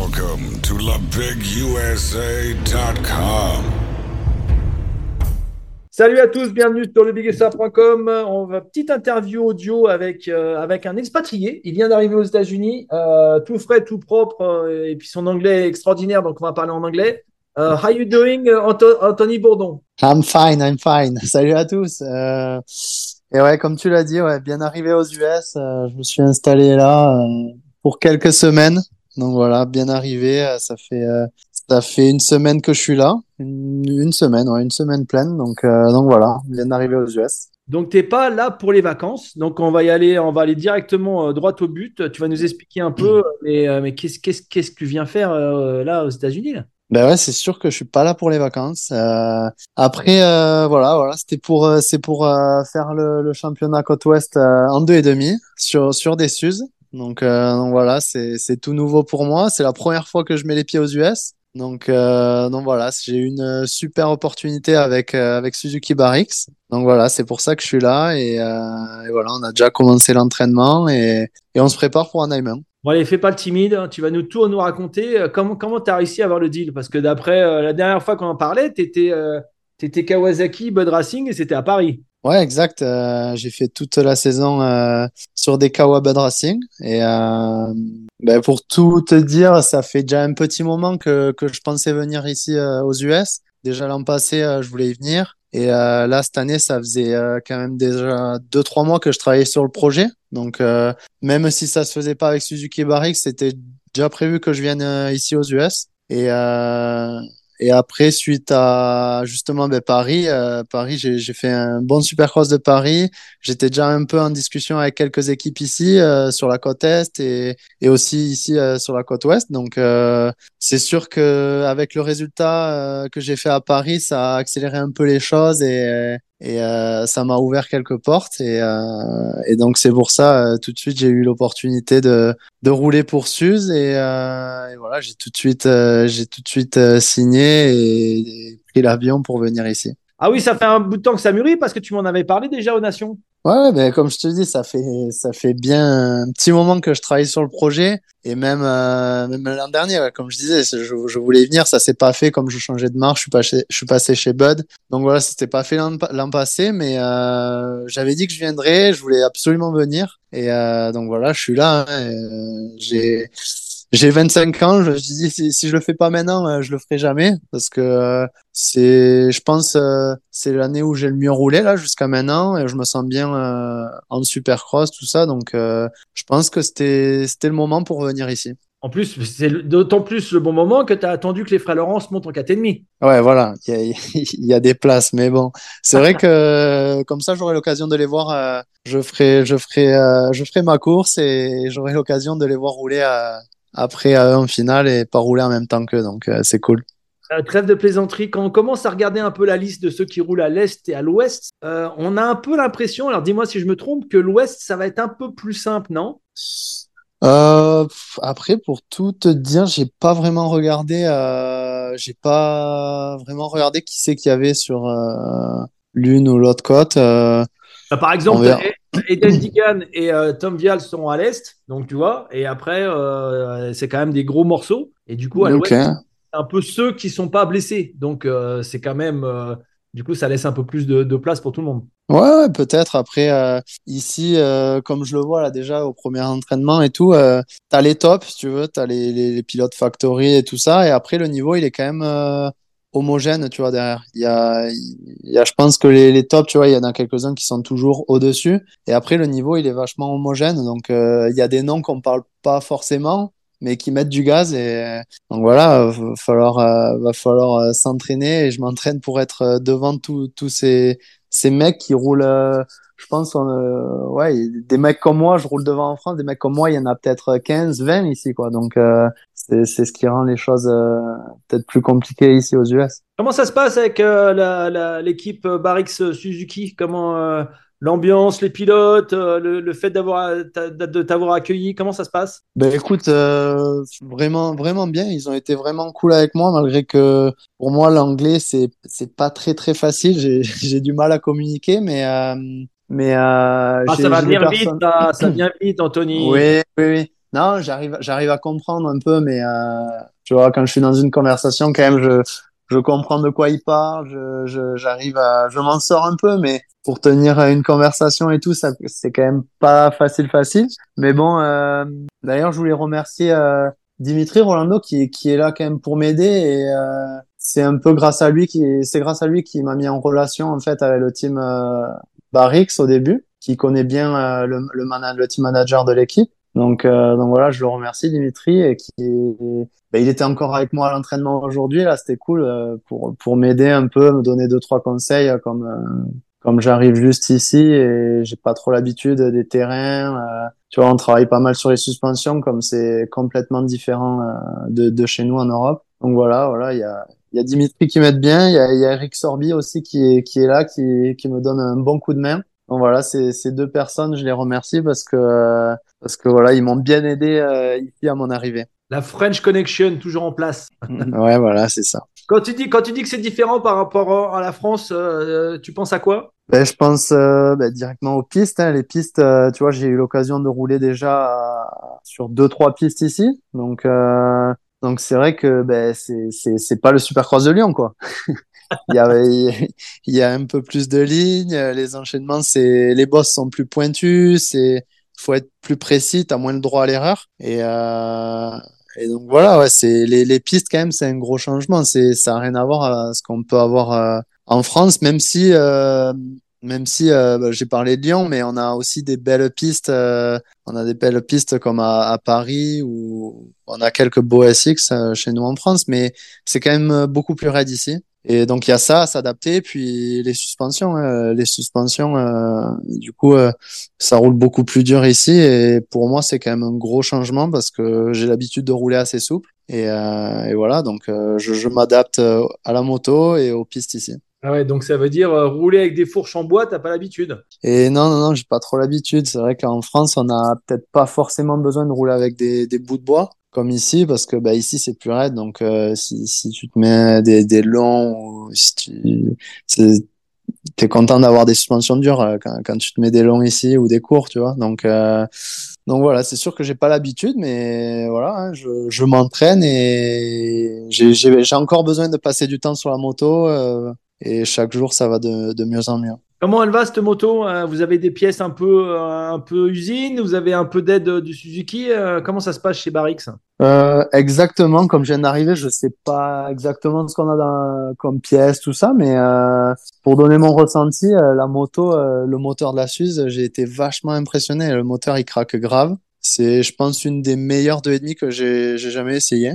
Welcome to LeBigUSA.com. Salut à tous, bienvenue sur lebigusa.com. On va petite interview audio avec un expatrié. Il vient d'arriver aux États-Unis, tout frais, tout propre, et puis son anglais est extraordinaire, donc on va parler en anglais. How you doing, Anthony Bourdon? I'm fine, I'm fine. Salut à tous. Et ouais, comme tu l'as dit, ouais, bien arrivé aux US. Je me suis installé là pour quelques semaines. Donc voilà, bien arrivé. Ça fait une semaine que je suis là, une semaine, ouais, une semaine pleine. Donc voilà, bien arrivé aux US. Donc t'es pas là pour les vacances, donc on va aller directement droit au but. Tu vas nous expliquer un peu, mais qu'est-ce que tu viens faire là aux États-Unis là? Ben ouais, c'est sûr que je suis pas là pour les vacances. Après, voilà, c'est pour faire le championnat côte ouest en 2,5 sur des Suz. Donc voilà, c'est tout nouveau pour moi. C'est la première fois que je mets les pieds aux US. Donc voilà, j'ai eu une super opportunité avec Suzuki Barrix. Donc voilà, c'est pour ça que je suis là et voilà, on a déjà commencé l'entraînement et on se prépare pour un Ironman. Bon, allez, fais pas le timide, hein. Tu vas nous raconter comment tu as réussi à avoir le deal. Parce que d'après la dernière fois qu'on en parlait, tu étais Kawasaki, Bud Racing et c'était à Paris. Ouais, exact. J'ai fait toute la saison sur des Kawa Bud Racing et pour tout te dire, ça fait déjà un petit moment que je pensais venir ici aux US. Déjà l'an passé, je voulais y venir et là cette année, ça faisait quand même déjà 2-3 mois que je travaillais sur le projet. Donc même si ça se faisait pas avec Suzuki Barrix, c'était déjà prévu que je vienne ici aux US et après, suite à justement Paris, j'ai fait un bon Supercross de Paris. J'étais déjà un peu en discussion avec quelques équipes ici sur la côte est et aussi ici sur la côte ouest. Donc c'est sûr que avec le résultat que j'ai fait à Paris, ça a accéléré un peu les choses et ça m'a ouvert quelques portes et donc c'est pour ça tout de suite j'ai eu l'opportunité de rouler pour Suze et voilà, j'ai tout de suite signé et pris l'avion pour venir ici. Ah oui, ça fait un bout de temps que ça mûrit parce que tu m'en avais parlé déjà aux Nations. Ouais, ben comme je te dis, ça fait bien un petit moment que je travaille sur le projet et même l'an dernier, ouais, comme je disais, je voulais venir, ça s'est pas fait comme je changeais de marque, je suis passé chez Bud. Donc voilà, c'était pas fait l'an passé, mais j'avais dit que je viendrais, je voulais absolument venir et donc voilà, je suis là. Hein, j'ai 25 ans, je me suis dit si je le fais pas maintenant, je le ferai jamais parce que je pense, c'est l'année où j'ai le mieux roulé là jusqu'à maintenant et je me sens bien en supercross tout ça, donc je pense que c'était le moment pour venir ici. En plus, c'est d'autant plus le bon moment que tu as attendu que les frères Laurence montent en 4,5. Ouais, voilà, il y a des places, mais bon, c'est vrai que comme ça j'aurai l'occasion de les voir. Je ferai ma course et j'aurai l'occasion de les voir rouler après en finale et pas rouler en même temps qu'eux, donc c'est cool. Trêve de plaisanterie, quand on commence à regarder un peu la liste de ceux qui roulent à l'Est et à l'Ouest, on a un peu l'impression, alors dis-moi si je me trompe, que l'Ouest, ça va être un peu plus simple, non? Après, pour tout te dire, j'ai pas vraiment regardé qui c'est qu'il y avait sur l'une ou l'autre côte. Par On exemple, verra. Eden Digan et Tom Vial seront à l'Est, donc tu vois, et après, c'est quand même des gros morceaux, et du coup, à Ok. l'Ouest, c'est un peu ceux qui sont pas blessés, donc c'est quand même, du coup, ça laisse un peu plus de place pour tout le monde. Ouais, peut-être. Après, ici, comme je le vois là déjà au premier entraînement et tout, t'as les tops, si tu veux, t'as les pilotes factory et tout ça, et après le niveau il est quand même homogène, tu vois, derrière. Je pense que les tops, tu vois, il y en a quelques-uns qui sont toujours au-dessus, et après le niveau il est vachement homogène, donc il y a des noms qu'on parle pas forcément, mais qui mettent du gaz, et donc voilà, va falloir s'entraîner, et je m'entraîne pour être devant tous ces mecs qui roulent, je pense, ouais, des mecs comme moi, je roule devant en France, des mecs comme moi, il y en a peut-être 15, 20 ici, quoi. Donc c'est ce qui rend les choses peut-être plus compliquées ici aux US. Comment ça se passe avec l'équipe Barix Suzuki? Comment l'ambiance, les pilotes, le fait de t'avoir accueilli, comment ça se passe? Ben écoute, vraiment, vraiment bien. Ils ont été vraiment cool avec moi, malgré que pour moi, l'anglais, c'est pas très, très facile. J'ai du mal à communiquer, mais Ah, ça va j'ai des venir vite, personnes. ça vient vite, Anthony. Oui, oui, oui. Non, j'arrive à comprendre un peu, mais tu vois, quand je suis dans une conversation, quand même, je comprends de quoi il parle, je m'en sors un peu, mais pour tenir une conversation et tout, ça, c'est quand même pas facile. Mais bon, d'ailleurs, je voulais remercier Dimitri Rolando qui est là quand même pour m'aider et c'est un peu c'est grâce à lui qui m'a mis en relation en fait avec le team Barrix au début, qui connaît bien le team manager de l'équipe. Donc voilà, je le remercie Dimitri et ben, il était encore avec moi à l'entraînement aujourd'hui. Là, c'était cool pour m'aider un peu, me donner deux trois conseils comme j'arrive juste ici et j'ai pas trop l'habitude des terrains. Tu vois, on travaille pas mal sur les suspensions comme c'est complètement différent de chez nous en Europe. Donc voilà, il y a Dimitri qui m'aide bien, il y a Eric Sorbi aussi qui est là, qui me donne un bon coup de main. Donc voilà, ces deux personnes, je les remercie parce que voilà, ils m'ont bien aidé ici à mon arrivée. La French Connection, toujours en place. Ouais, voilà, c'est ça. Quand tu dis que c'est différent par rapport à la France, tu penses à quoi? Ben, je pense ben, directement aux pistes. Hein. Les pistes, tu vois, j'ai eu l'occasion de rouler déjà sur deux, trois pistes ici. Donc c'est vrai que ben, c'est pas le Supercross de Lyon, quoi. Il y a, il y a un peu plus de lignes, les enchaînements, les bosses sont plus pointus, faut être plus précis, t'as moins le droit à l'erreur. Et donc voilà, ouais, les pistes quand même, c'est un gros changement. Ça a rien à voir à ce qu'on peut avoir en France, même si bah, j'ai parlé de Lyon, mais on a aussi des belles pistes. On a des belles pistes comme à Paris où on a quelques beaux SX chez nous en France, mais c'est quand même beaucoup plus raide ici. Et donc il y a ça à s'adapter, puis les suspensions, du coup, ça roule beaucoup plus dur ici. Et pour moi, c'est quand même un gros changement parce que j'ai l'habitude de rouler assez souple. Et voilà, donc je m'adapte à la moto et aux pistes ici. Ah ouais, donc ça veut dire rouler avec des fourches en bois, t'as pas l'habitude. Et non, j'ai pas trop l'habitude. C'est vrai qu'en France, on a peut-être pas forcément besoin de rouler avec des bouts de bois comme ici, parce que bah, ici c'est plus raide. Donc si tu te mets des longs, ou si t'es content d'avoir des suspensions dures quand tu te mets des longs ici ou des courts, tu vois. Donc voilà, c'est sûr que j'ai pas l'habitude, mais voilà, hein, je m'entraîne et j'ai encore besoin de passer du temps sur la moto et chaque jour ça va de mieux en mieux. Comment elle va cette moto? Vous avez des pièces un peu usine? Vous avez un peu d'aide du Suzuki? Comment ça se passe chez Barix? Exactement, comme je viens d'arriver, je sais pas exactement ce qu'on a comme pièce, tout ça, mais pour donner mon ressenti, la moto, le moteur de la Suze, j'ai été vachement impressionné. Le moteur, il craque grave. C'est, je pense, une des meilleures 2,5 que j'ai jamais essayé.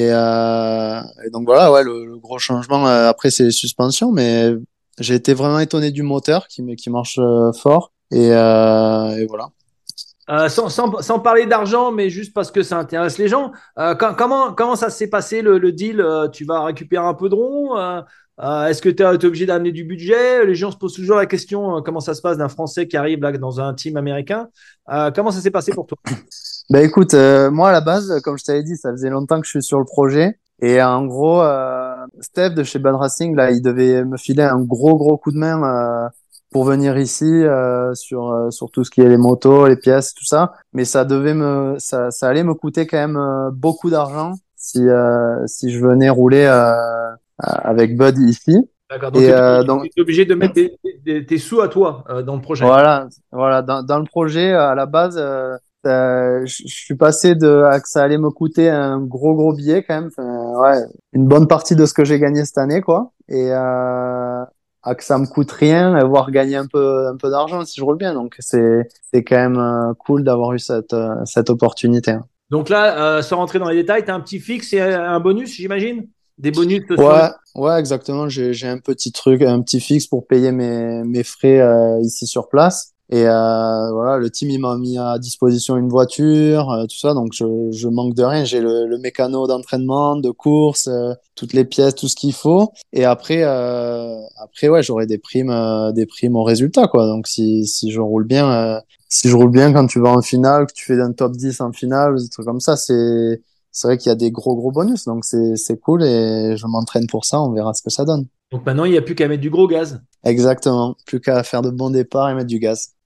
Et donc voilà, ouais, le gros changement après, c'est les suspensions, mais j'ai été vraiment étonné du moteur qui marche fort. Et voilà. Sans parler d'argent, mais juste parce que ça intéresse les gens, comment ça s'est passé le deal? Tu vas récupérer un peu de rond? Est-ce que tu es obligé d'amener du budget? Les gens se posent toujours la question comment ça se passe d'un Français qui arrive là dans un team américain. Comment ça s'est passé pour toi? Bah écoute, moi à la base, comme je t'avais dit, ça faisait longtemps que je suis sur le projet. Et en gros, Steph de chez Bad Racing, là, il devait me filer un gros coup de main pour venir ici sur tout ce qui est les motos, les pièces, tout ça. Mais ça allait me coûter quand même beaucoup d'argent si je venais rouler avec Bud ici. D'accord, donc Et tu donc es obligé de mettre tes sous à toi dans le projet. voilà, dans le projet à la base. Je suis passé à que ça allait me coûter un gros billet quand même, enfin, ouais, une bonne partie de ce que j'ai gagné cette année, quoi, et à que ça me coûte rien, et voire gagner un peu d'argent si je roule bien. Donc c'est quand même cool d'avoir eu cette opportunité. Hein. Donc là, sans rentrer dans les détails, tu as un petit fixe et un bonus, j'imagine? Des bonus sur les... Ouais, exactement. J'ai un petit truc, un petit fixe pour payer mes frais ici sur place. Et voilà, le team il m'a mis à disposition une voiture, tout ça, donc je manque de rien. J'ai le mécano d'entraînement, de course, toutes les pièces, tout ce qu'il faut. Et après ouais, j'aurai des primes au résultat, quoi. Donc si je roule bien quand tu vas en finale, que tu fais un top 10 en finale, des trucs comme ça, c'est vrai qu'il y a des gros bonus, donc c'est cool et je m'entraîne pour ça. On verra ce que ça donne. Donc maintenant, il n'y a plus qu'à mettre du gros gaz. Exactement. Plus qu'à faire de bons départs et mettre du gaz.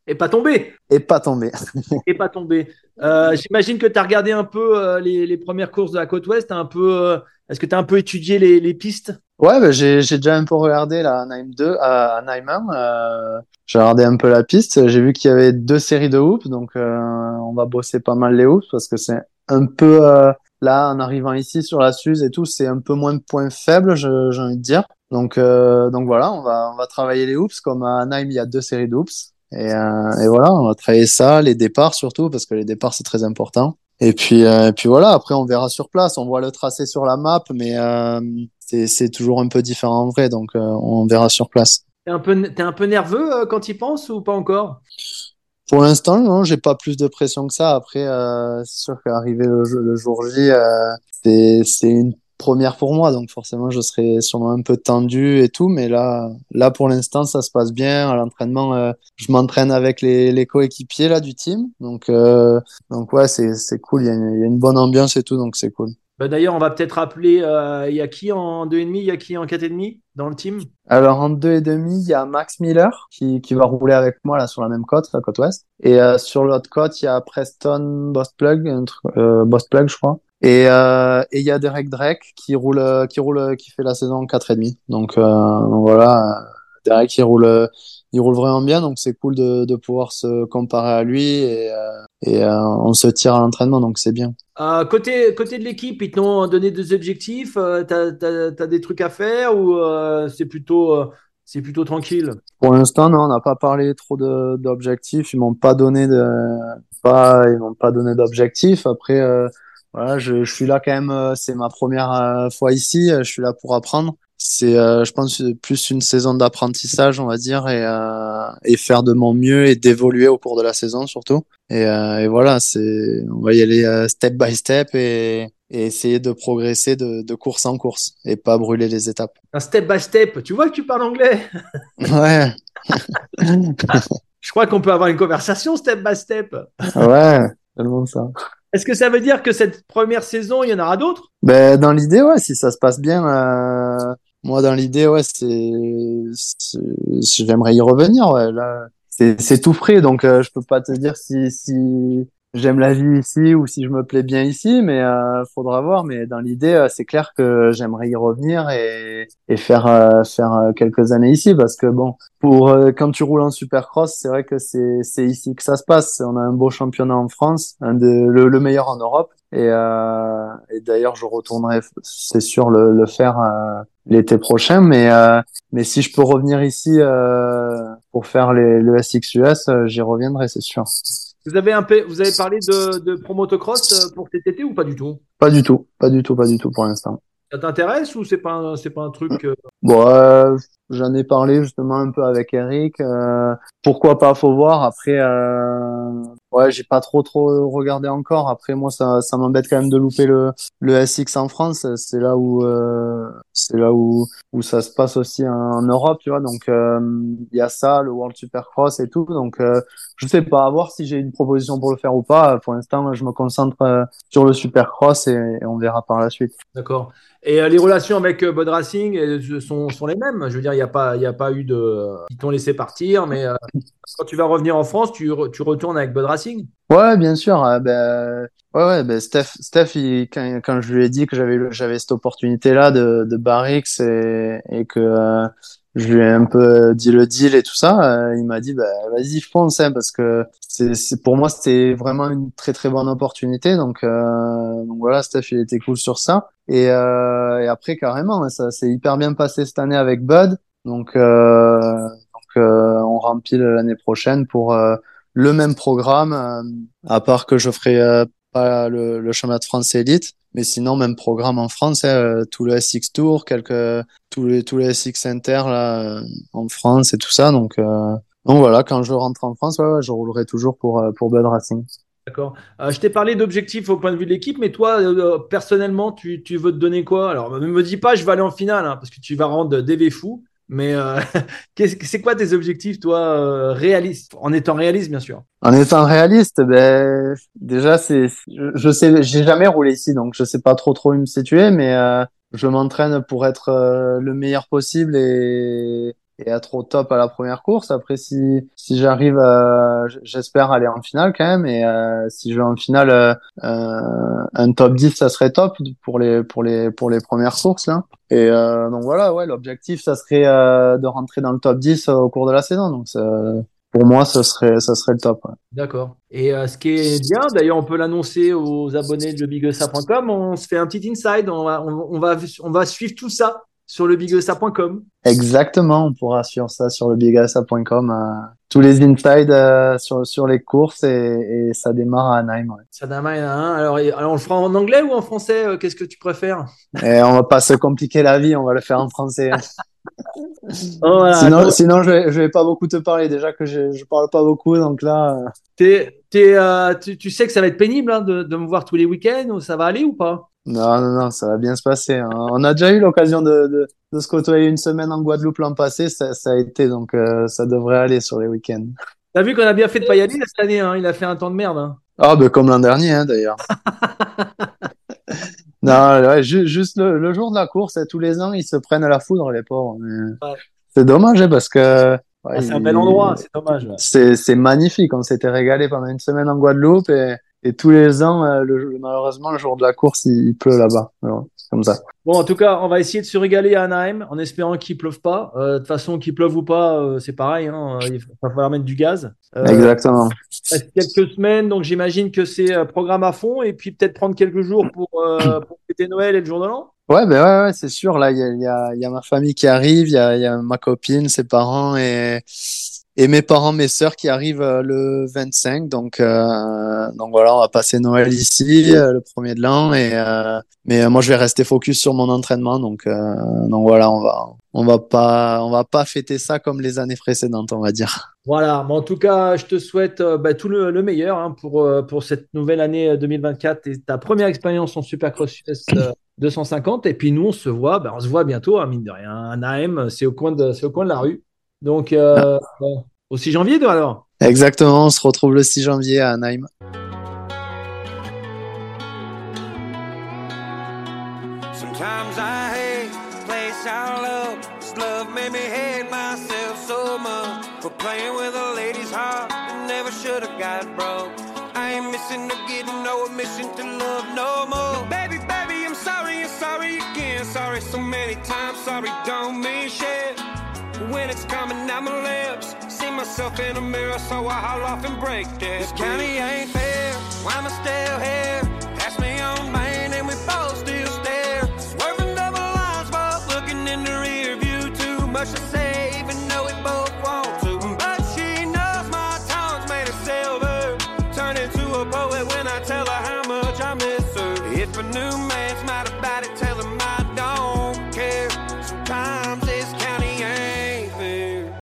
Et pas tombé. et pas tombé. Et pas tombé. J'imagine que tu as regardé un peu les premières courses de la côte ouest. Est-ce que tu as un peu étudié les pistes? Ouais, bah, j'ai déjà un peu regardé la Nîmes 2 à Nîmes 1. J'ai regardé un peu la piste. J'ai vu qu'il y avait deux séries de hoops, donc on va bosser pas mal les hoops parce que c'est un peu là en arrivant ici sur la Suze et tout, c'est un peu moins de points faibles, j'ai envie de dire. Donc voilà, on va travailler les hoops comme à Nîmes il y a deux séries de hoops et voilà, on va travailler ça, les départs surtout parce que les départs c'est très important. Et puis voilà, après on verra sur place, on voit le tracé sur la map, mais c'est toujours un peu différent en vrai, donc on verra sur place. T'es un peu nerveux quand tu y penses ou pas encore? Pour l'instant, non, j'ai pas plus de pression que ça. Après, c'est sûr qu'arriver le jour J, c'est une première pour moi, donc forcément, je serai sûrement un peu tendu et tout. Mais là pour l'instant, ça se passe bien. À l'entraînement, je m'entraîne avec les coéquipiers là du team, donc ouais, c'est cool. Il y a une bonne ambiance et tout, donc c'est cool. Bah, d'ailleurs, on va peut-être rappeler, il y a qui en 2,5, il y a qui en 4,5 dans le team? Alors en deux et demi, il y a Max Miller qui va rouler avec moi là sur la même côte, la côte ouest. Et sur l'autre côte, il y a Preston Bostplug, Bostplug je crois. Et il y a Derek Drake qui fait la saison 4,5. Donc voilà, Derek il roule vraiment bien, donc c'est cool de pouvoir se comparer à lui et on se tire à l'entraînement, donc c'est bien. Côté de l'équipe, ils t'ont donné des objectifs, t'as des trucs à faire ou c'est plutôt tranquille? Pour l'instant, non, on n'a pas parlé trop d'objectifs. Ils m'ont pas donné d'objectifs. Après, voilà, je suis là quand même. C'est ma première fois ici. Je suis là pour apprendre. Je pense, plus une saison d'apprentissage, on va dire, et faire de mon mieux et d'évoluer au cours de la saison surtout. Et voilà, on va y aller step by step et essayer de progresser de course en course et pas brûler les étapes. Un step by step, tu vois que tu parles anglais? Ouais. Je crois qu'on peut avoir une conversation step by step. Ouais, tellement ça. Est-ce que ça veut dire que cette première saison, il y en aura d'autres? Ben, dans l'idée, ouais, si ça se passe bien, moi, dans l'idée, ouais, j'aimerais y revenir, ouais. Là, c'est tout frais, donc je peux pas te dire si j'aime la vie ici ou si je me plais bien ici, mais faudra voir. Mais dans l'idée, c'est clair que j'aimerais y revenir et faire quelques années ici, parce que bon, quand tu roules en Supercross, c'est vrai que c'est ici que ça se passe. On a un beau championnat en France, le meilleur en Europe. Et d'ailleurs, je retournerai, c'est sûr, le faire l'été prochain. Mais si je peux revenir ici pour faire le SXUS, j'y reviendrai, c'est sûr. Vous avez parlé de promotocross pour cet été ou pas du tout? Pas du tout, pas du tout, pas du tout pour l'instant. Ça t'intéresse ou c'est pas un truc Bon, j'en ai parlé justement un peu avec Eric. Pourquoi pas, faut voir. Après, ouais, j'ai pas trop regardé encore. Après, moi, ça m'embête quand même de louper le SX en France. C'est là où ça se passe aussi en Europe, tu vois. Donc, il y a ça, le World Supercross et tout. Donc, je sais pas, à voir si j'ai une proposition pour le faire ou pas. Pour l'instant, je me concentre sur le Supercross et on verra par la suite. d'accord. Et les relations avec Bud Racing sont les mêmes. Je veux dire, il y a pas eu de. Ils t'ont laissé partir, mais quand tu vas revenir en France, tu retournes avec Bud Racing. Ouais, bien sûr. Ouais, ben Steph, quand je lui ai dit que j'avais cette opportunité-là de Barrix et que je lui ai un peu dit le deal et tout ça, il m'a dit, bah, vas-y, fonce, hein, parce que pour moi, c'était vraiment une très très bonne opportunité. Donc voilà, Steph, il était cool sur ça. Et après, carrément, hein, ça s'est hyper bien passé cette année avec Bud. Donc, on rempile l'année prochaine pour le même programme, à part que je ferai pas le championnat de France élite, mais sinon même programme en France, hein, tout le SX Tour, tous les SX Inter là en France et tout ça. Donc voilà, quand je rentre en France, ouais, je roulerai toujours pour Bud Racing. D'accord. Je t'ai parlé d'objectifs au point de vue de l'équipe, mais toi, personnellement, tu veux te donner quoi? Alors, ne me dis pas, je vais aller en finale, hein, parce que tu vas rendre DV fou. Mais c'est quoi tes objectifs, toi, réalistes, en étant réaliste, bien sûr? En étant réaliste, ben déjà je sais, j'ai jamais roulé ici, donc je sais pas trop où me situer, mais je m'entraîne pour être le meilleur possible et être au top à la première course. Après, si j'arrive, j'espère aller en finale quand même. Et si je vais en finale, un top 10, ça serait top pour les premières courses là. Et donc voilà, ouais, l'objectif, ça serait de rentrer dans le top 10 au cours de la saison. Donc pour moi, ça serait le top. Ouais. D'accord. Et ce qui est bien, d'ailleurs, on peut l'annoncer aux abonnés de lebigusa.com, on se fait un petit inside, on va suivre tout ça sur lebigusa.com. Exactement, on pourra suivre ça sur le bigasa.com, tous les insides sur les courses et ça démarre à Anaheim. Ouais. Sadama, il y en a un. Alors, on le fera en anglais ou en français? Qu'est-ce que tu préfères? Et on va pas se compliquer la vie, on va le faire en français. Oh, voilà. Sinon je vais pas beaucoup te parler. Déjà que je parle pas beaucoup, donc là. Tu sais que ça va être pénible hein, de me voir tous les week-ends, ou ça va aller ou pas? Non, non, non, ça va bien se passer. Hein. On a déjà eu l'occasion de se côtoyer une semaine en Guadeloupe l'an passé, ça a été, donc ça devrait aller sur les week-ends. T'as vu qu'on a bien fait de pas y aller cette année, hein, il a fait un temps de merde. Hein. Ah, ben comme l'an dernier, hein, d'ailleurs. Non, ouais, juste le jour de la course, tous les ans, ils se prennent à la foudre, les pauvres. Mais Ouais. c'est dommage, hein, parce que Ah, ouais, c'est un bel endroit, c'est dommage. Ouais. c'est magnifique. On s'était régalé pendant une semaine en Guadeloupe et tous les ans, malheureusement, le jour de la course, il pleut là-bas. Alors, c'est comme ça. Bon, en tout cas, on va essayer de se régaler à Anaheim en espérant qu'il pleuve pas. De toute façon, qu'il pleuve ou pas, c'est pareil. Hein, il va falloir mettre du gaz. Exactement. Il reste quelques semaines, donc j'imagine que c'est programme à fond et puis peut-être prendre quelques jours pour fêter Noël et le jour de l'an. Ouais, ben ouais, ouais, c'est sûr. Là, il y a ma famille qui arrive, il y a ma copine, ses parents et mes parents, mes sœurs qui arrivent le 25. Donc voilà, on va passer Noël ici, le premier de l'an. Mais moi, je vais rester focus sur mon entraînement. Donc voilà, on va pas fêter ça comme les années précédentes, on va dire. Voilà, mais en tout cas, je te souhaite tout le meilleur hein, pour cette nouvelle année 2024 et ta première expérience en Supercross US 250. Et puis nous, on se voit bientôt, hein, mine de rien. Anaheim, c'est au coin de la rue. Donc, Ah, au 6 janvier, toi, alors. exactement, on se retrouve le 6 janvier à Anaheim. Sometimes I hate the place I love. This love made me hate myself so much. For playing with a lady's heart that never should have got broke. I ain't missing to getting no admission to love no more. Baby, baby, I'm sorry and sorry again. Sorry so many times, sorry don't mean shit. When it's coming out my lips, see myself in the mirror, so I haul off and break this. This county ain't fair, why am I still here?